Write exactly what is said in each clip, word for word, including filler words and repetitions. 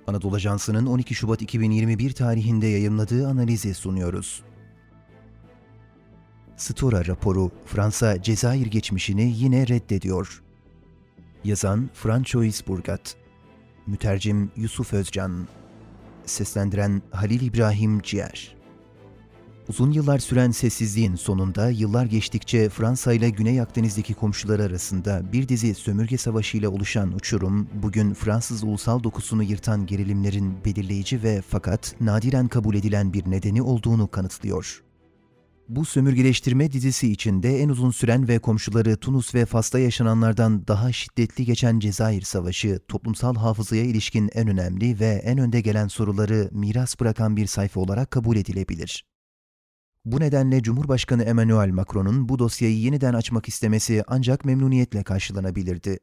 Anadolu Ajansı'nın on iki Şubat iki bin yirmi bir tarihinde yayımladığı analizi sunuyoruz. Stora raporu, Fransa Cezayir geçmişini yine reddediyor. Yazan Francois Burgat, mütercim Yusuf Özcan, seslendiren Halil İbrahim Ciğer. Uzun yıllar süren sessizliğin sonunda yıllar geçtikçe Fransa ile Güney Akdeniz'deki komşuları arasında bir dizi sömürge savaşıyla oluşan uçurum, bugün Fransız ulusal dokusunu yırtan gerilimlerin belirleyici ve fakat nadiren kabul edilen bir nedeni olduğunu kanıtlıyor. Bu sömürgeleştirme dizisi içinde en uzun süren ve komşuları Tunus ve Fas'ta yaşananlardan daha şiddetli geçen Cezayir Savaşı, toplumsal hafızaya ilişkin en önemli ve en önde gelen soruları miras bırakan bir sayfa olarak kabul edilebilir. Bu nedenle Cumhurbaşkanı Emmanuel Macron'un bu dosyayı yeniden açmak istemesi ancak memnuniyetle karşılanabilirdi.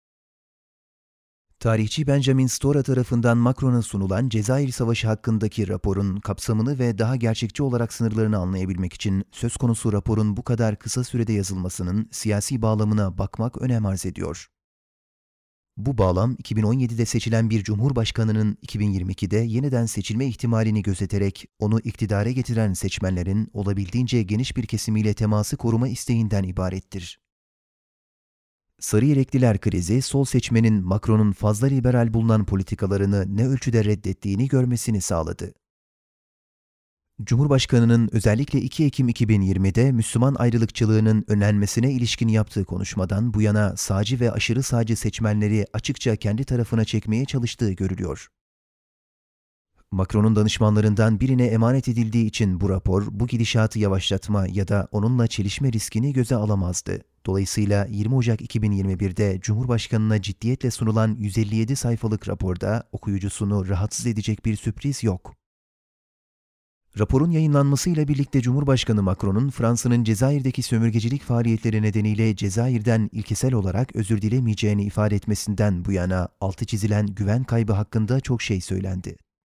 Tarihçi Benjamin Stora tarafından Macron'a sunulan Cezayir Savaşı hakkındaki raporun kapsamını ve daha gerçekçi olarak sınırlarını anlayabilmek için söz konusu raporun bu kadar kısa sürede yazılmasının siyasi bağlamına bakmak önem arz ediyor. Bu bağlam, iki bin on yedide seçilen bir cumhurbaşkanının iki bin yirmi ikide yeniden seçilme ihtimalini gözeterek onu iktidara getiren seçmenlerin olabildiğince geniş bir kesimiyle teması koruma isteğinden ibarettir. Sarı yelekliler krizi, sol seçmenin Macron'un fazla liberal bulunan politikalarını ne ölçüde reddettiğini görmesini sağladı. Cumhurbaşkanının özellikle iki Ekim iki bin yirmide Müslüman ayrılıkçılığının önlenmesine ilişkin yaptığı konuşmadan bu yana sağcı ve aşırı sağcı seçmenleri açıkça kendi tarafına çekmeye çalıştığı görülüyor. Macron'un danışmanlarından birine emanet edildiği için bu rapor, bu gidişatı yavaşlatma ya da onunla çelişme riskini göze alamazdı. Dolayısıyla yirmi Ocak iki bin yirmi birde Cumhurbaşkanına ciddiyetle sunulan yüz elli yedi sayfalık raporda okuyucusunu rahatsız edecek bir sürpriz yok. Raporun yayınlanmasıyla birlikte Cumhurbaşkanı Macron'un Fransa'nın Cezayir'deki sömürgecilik faaliyetleri nedeniyle Cezayir'den ilkesel olarak özür dilemeyeceğini ifade etmesinden bu yana altı çizilen güven kaybı hakkında çok şey söylendi.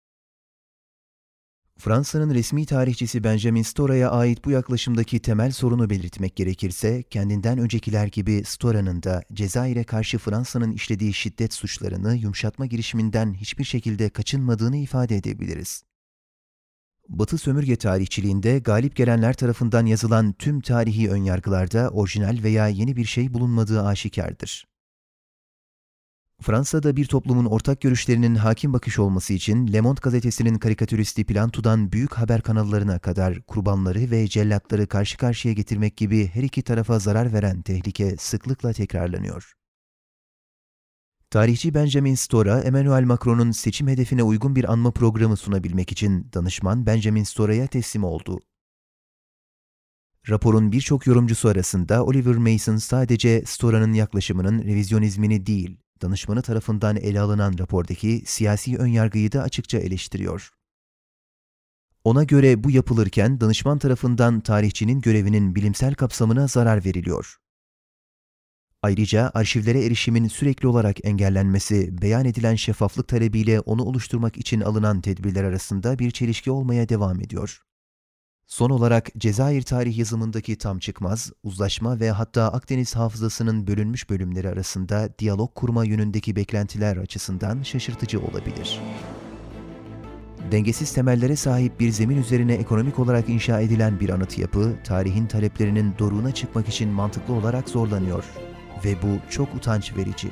Fransa'nın resmi tarihçisi Benjamin Stora'ya ait bu yaklaşımdaki temel sorunu belirtmek gerekirse, kendinden öncekiler gibi Stora'nın da Cezayir'e karşı Fransa'nın işlediği şiddet suçlarını yumuşatma girişiminden hiçbir şekilde kaçınmadığını ifade edebiliriz. Batı sömürge tarihçiliğinde galip gelenler tarafından yazılan tüm tarihi önyargılarda orijinal veya yeni bir şey bulunmadığı aşikardır. Fransa'da bir toplumun ortak görüşlerinin hakim bakış olması için Le Monde gazetesinin karikatüristi Plantu'dan büyük haber kanallarına kadar kurbanları ve cellatları karşı karşıya getirmek gibi her iki tarafa zarar veren tehlike sıklıkla tekrarlanıyor. Tarihçi Benjamin Stora, Emmanuel Macron'un seçim hedefine uygun bir anma programı sunabilmek için danışman Benjamin Stora'ya teslim oldu. Raporun birçok yorumcusu arasında Oliver Mason sadece Stora'nın yaklaşımının revizyonizmini değil, danışmanı tarafından ele alınan rapordaki siyasi önyargıyı da açıkça eleştiriyor. Ona göre bu yapılırken danışman tarafından tarihçinin görevinin bilimsel kapsamına zarar veriliyor. Ayrıca arşivlere erişimin sürekli olarak engellenmesi, beyan edilen şeffaflık talebiyle onu oluşturmak için alınan tedbirler arasında bir çelişki olmaya devam ediyor. Son olarak Cezayir tarih yazımındaki tam çıkmaz, uzlaşma ve hatta Akdeniz hafızasının bölünmüş bölümleri arasında diyalog kurma yönündeki beklentiler açısından şaşırtıcı olabilir. Dengesiz temellere sahip bir zemin üzerine ekonomik olarak inşa edilen bir anıt yapı, tarihin taleplerinin doruğuna çıkmak için mantıklı olarak zorlanıyor. Ve bu çok utanç verici.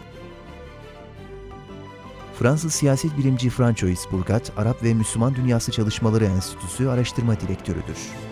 Fransız siyaset bilimci Francois Burgat, Arap ve Müslüman Dünyası Çalışmaları Enstitüsü araştırma direktörüdür.